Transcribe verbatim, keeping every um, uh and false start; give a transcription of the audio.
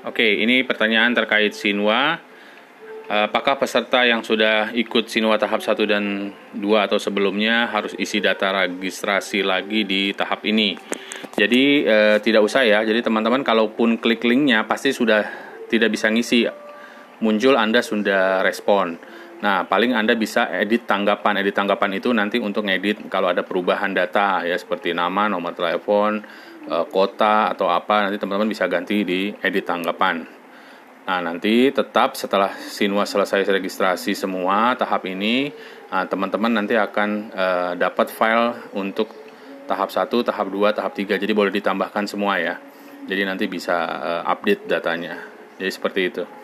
Oke, ini pertanyaan terkait Sinwa. Apakah peserta yang sudah ikut Sinwa tahap satu dan dua atau sebelumnya harus isi data registrasi lagi di tahap ini? Jadi eh, tidak usah ya. Jadi teman-teman kalaupun klik linknya pasti sudah tidak bisa ngisi. Muncul Anda sudah respon. Nah, paling Anda bisa edit tanggapan. Edit tanggapan itu nanti untuk ngedit kalau ada perubahan data ya, seperti nama, nomor telepon, eh, kota atau apa, nanti teman-teman bisa ganti di edit tanggapan. Nah, nanti tetap setelah Sinwa selesai registrasi semua tahap ini, nah, teman-teman nanti akan uh, dapat file untuk tahap satu, tahap dua, tahap tiga. Jadi boleh ditambahkan semua ya. Jadi nanti bisa uh, update datanya. Jadi seperti itu.